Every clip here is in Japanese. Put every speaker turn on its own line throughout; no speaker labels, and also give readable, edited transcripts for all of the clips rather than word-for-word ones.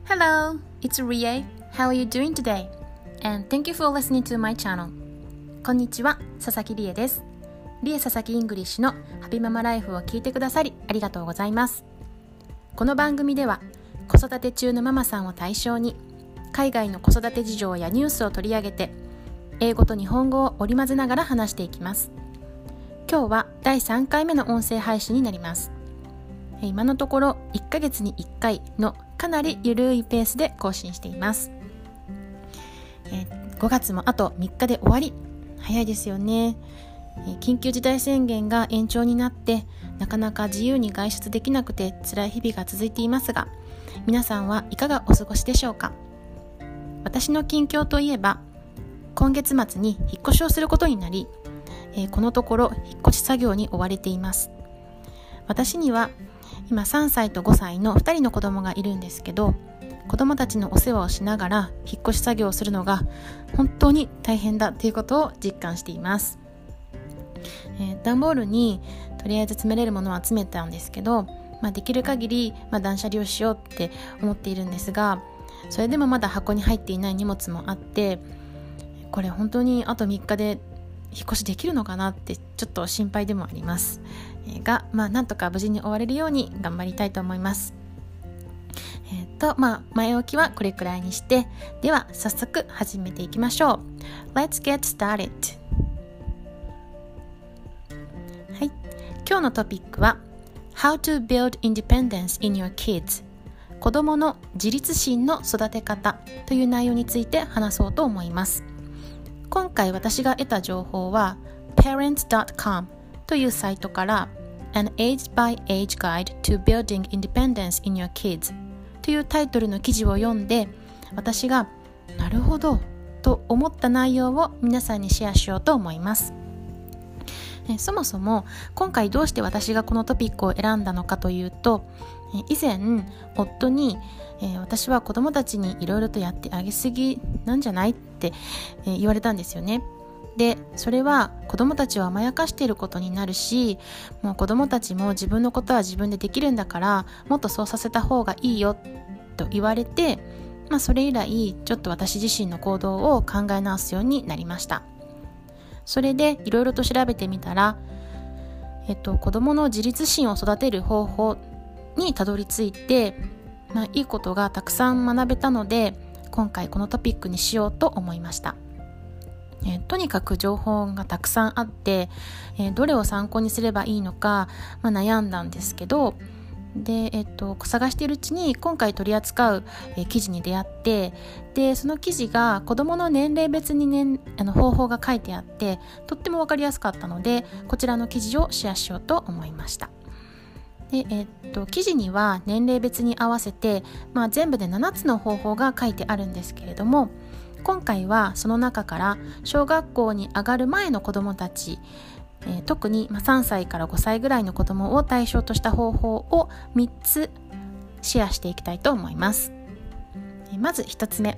Hello, it's Rie. How are you doing today? And thank you for listening to my channel. こんにちは、佐々木理恵です。理恵佐々木イングリッシュのハピママライフを聞いてくださりありがとうございます。この番組では子育て中のママさんを対象に海外の子育て事情やニュースを取り上げて英語と日本語を織り交ぜながら話していきます。今日は第3回目の音声配信になります。今のところ1ヶ月に1回のかなりゆるいペースで更新しています。5月もあと3日で終わり。早いですよね。緊急事態宣言が延長になってなかなか自由に外出できなくて辛い日々が続いていますが、皆さんはいかがお過ごしでしょうか。私の近況といえば今月末に引っ越しをすることになり、このところ引っ越し作業に追われています。私には今3歳と5歳の2人の子供がいるんですけど、子供たちのお世話をしながら引っ越し作業をするのが本当に大変だということを実感しています。段ボールにとりあえず詰めれるものは詰めたんですけど、できる限り断捨離をしようって思っているんですが、それでもまだ箱に入っていない荷物もあって、これ本当にあと3日で引っ越しできるのかなってちょっと心配でもありますが、なんとか無事に終われるように頑張りたいと思います。前置きはこれくらいにして、では早速始めていきましょう。 Let's get started。 はい、今日のトピックは How to build independence in your kids、 子供の自立心の育て方という内容について話そうと思います。今回私が得た情報は parents.com というサイトから An Age by Age Guide to Building Independence in Your Kids というタイトルの記事を読んで、私がなるほどと思った内容を皆さんにシェアしようと思います。そもそも今回どうして私がこのトピックを選んだのかというと、以前夫に、私は子供たちにいろいろとやってあげすぎなんじゃないって言われたんですよね。で、それは子供たちを甘やかしていることになるし、もう子供たちも自分のことは自分でできるんだからもっとそうさせた方がいいよと言われて、それ以来ちょっと私自身の行動を考え直すようになりました。それでいろいろと調べてみたら、子供の自立心を育てる方法にたどり着いて、いいことがたくさん学べたので、今回このトピックにしようと思いました。とにかく情報がたくさんあって、どれを参考にすればいいのか、悩んだんですけど、で、探しているうちに今回取り扱う、記事に出会って、でその記事が子どもの年齢別に、方法が書いてあって、とっても分かりやすかったので、こちらの記事をシェアしようと思いました。で、記事には年齢別に合わせて、全部で7つの方法が書いてあるんですけれども、今回はその中から小学校に上がる前の子どもたち、特に3歳から5歳ぐらいの子どもを対象とした方法を3つシェアしていきたいと思います。まず1つ目、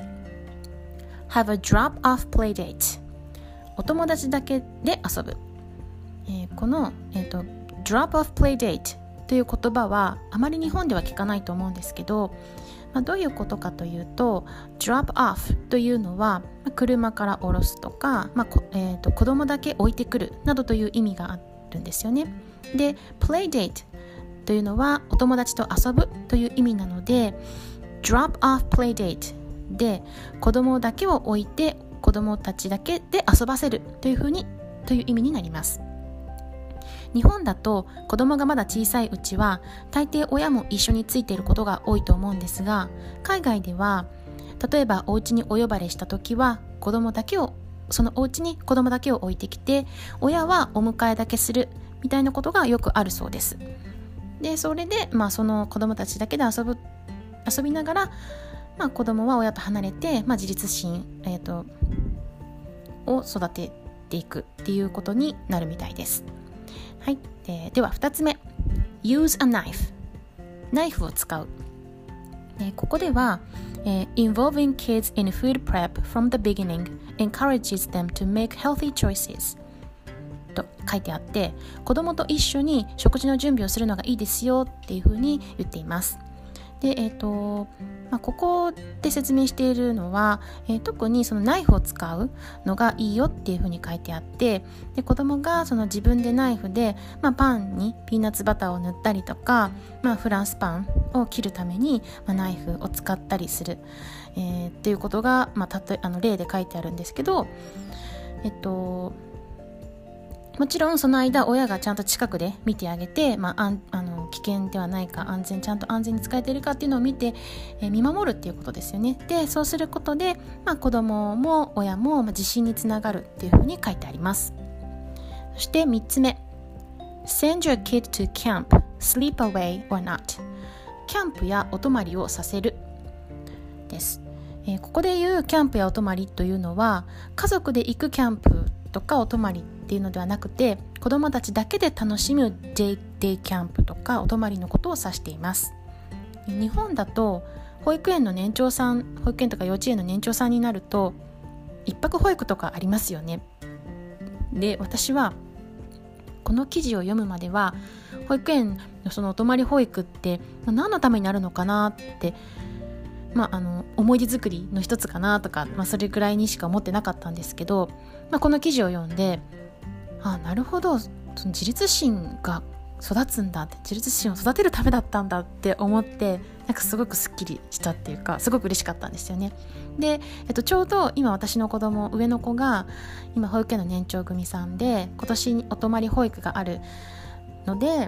Have a drop-off playdate、 お友達だけで遊ぶ。この、drop-off playdateという言葉はあまり日本では聞かないと思うんですけど、どういうことかというと、 drop off というのは車から降ろすとか、子供だけ置いてくるなどという意味があるんですよね。で、playdate というのはお友達と遊ぶという意味なので、 drop off playdate で子供だけを置いて子供たちだけで遊ばせるという意味になります。日本だと子供がまだ小さいうちは大抵親も一緒についていることが多いと思うんですが、海外では例えばお家にお呼ばれした時はそのお家に子供だけを置いてきて、親はお迎えだけするみたいなことがよくあるそうです。で、それで、その子供たちだけで遊びながら、子供は親と離れて、自立心、を育てていくっていうことになるみたいです。はい、では2つ目、 Use a knife、 ナイフを使う。ここでは、Involving kids in food prep from the beginning encourages them to make healthy choices と書いてあって、子供と一緒に食事の準備をするのがいいですよっていうふうに言っています。 で、ここで説明しているのは、特にそのナイフを使うのがいいよっていうふうに書いてあって、で子供がその自分でナイフで、パンにピーナッツバターを塗ったりとか、フランスパンを切るために、ナイフを使ったりする、っていうことが、例で書いてあるんですけど、もちろんその間親がちゃんと近くで見てあげて、危険ではないか、ちゃんと安全に使えているかっていうのを見て、見守るっていうことですよね。でそうすることで、子供も親も自信につながるっていうふうに書いてあります。そして3つ目、 Send your kid to camp, sleep away or not。 キャンプやお泊まりをさせるです。ここでいうキャンプやお泊まりというのは、家族で行くキャンプとかお泊まりっていうのではなくて、子どもたちだけで楽しむデイキャンプとかお泊まりのことを指しています。日本だと保育園とか幼稚園の年長さんになると一泊保育とかありますよね。で私はこの記事を読むまでは、保育園のそのお泊まり保育って何のためになるのかなって、思い出作りの一つかなとか、それくらいにしか思ってなかったんですけど、この記事を読んで、なるほど、その自立心が育つんだって、自立心を育てるためだったんだって思って、すごくすっきりしたっていうか、すごく嬉しかったんですよね。で、ちょうど今私の上の子が今保育園の年長組さんで、今年お泊まり保育があるので、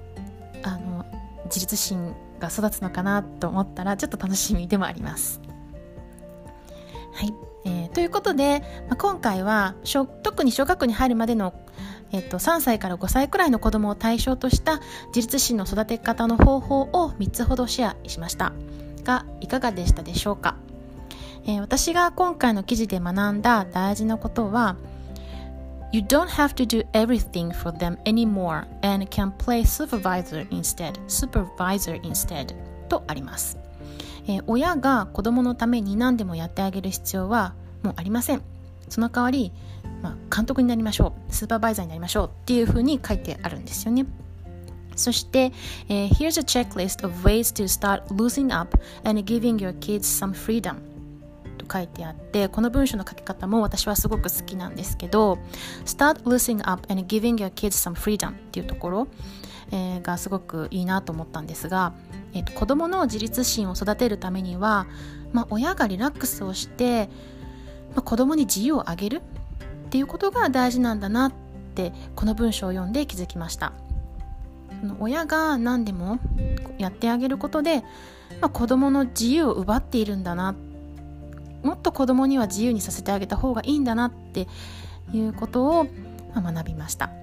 自立心が育つのかなと思ったら、ちょっと楽しみでもあります。はい、ということで、今回は特に小学校に入るまでの、3歳から5歳くらいの子どもを対象とした自立心の育て方の方法を3つほどシェアしましたが、いかがでしたでしょうか。私が今回の記事で学んだ大事なことは、You don't have to do everything for them anymore and can play supervisor instead とあります。親が子供のために何でもやってあげる必要はもうありません。その代わり、監督になりましょう、スーパーバイザーになりましょうっていうふうに書いてあるんですよね。そして、Here's a checklist of ways to start loosening up and giving your kids some freedomと書いてあって、この文章の書き方も私はすごく好きなんですけど、Start loosening up and giving your kids some freedom っていうところ、がすごくいいなと思ったんですが、子どもの自立心を育てるためには、親がリラックスをして、子どもに自由をあげるっていうことが大事なんだなって、この文章を読んで気づきました。親が何でもやってあげることで、子どもの自由を奪っているんだな、もっと子どもには自由にさせてあげた方がいいんだなっていうことを学びました。はい。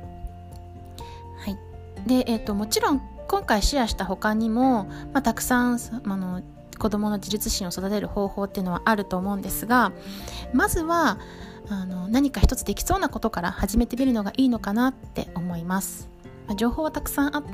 で、もちろん今回シェアした他にも、たくさん子どもの自立心を育てる方法っていうのはあると思うんですが、まずは何か一つできそうなことから始めてみるのがいいのかなって思います。情報はたくさんあって、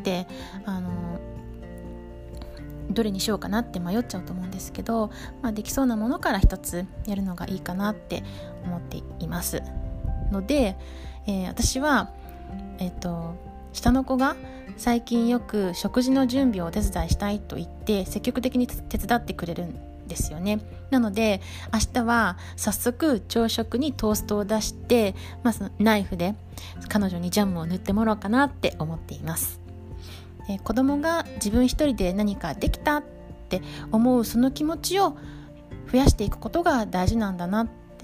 どれにしようかなって迷っちゃうと思うんですけど、できそうなものから一つやるのがいいかなって思っていますので、私は、下の子が最近よく食事の準備をお手伝いしたいと言って積極的に手伝ってくれるんですよね。なので明日は早速朝食にトーストを出して、ナイフで彼女にジャムを塗ってもらおうかなって思っています。子供が自分一人で何かできたって思うその気持ちを増やしていくことが大事なんだなって、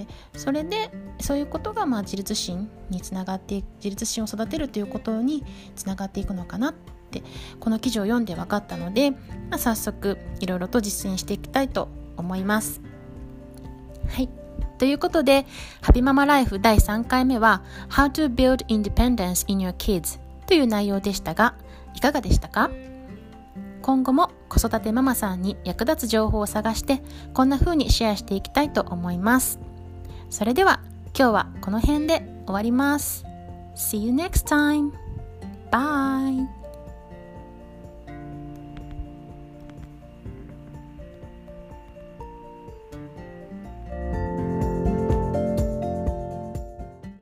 そういうことが自立心につながっていく、自立心を育てるということにつながっていくのかなってこの記事を読んで分かったので、早速いろいろと実践していきたいと思います。はい、ということでハピママライフ第3回目は How to build independence in your kids という内容でしたが、いかがでしたか？今後も子育てママさんに役立つ情報を探してこんな風にシェアしていきたいと思います。それでは今日はこの辺で終わります。See you next time. Bye.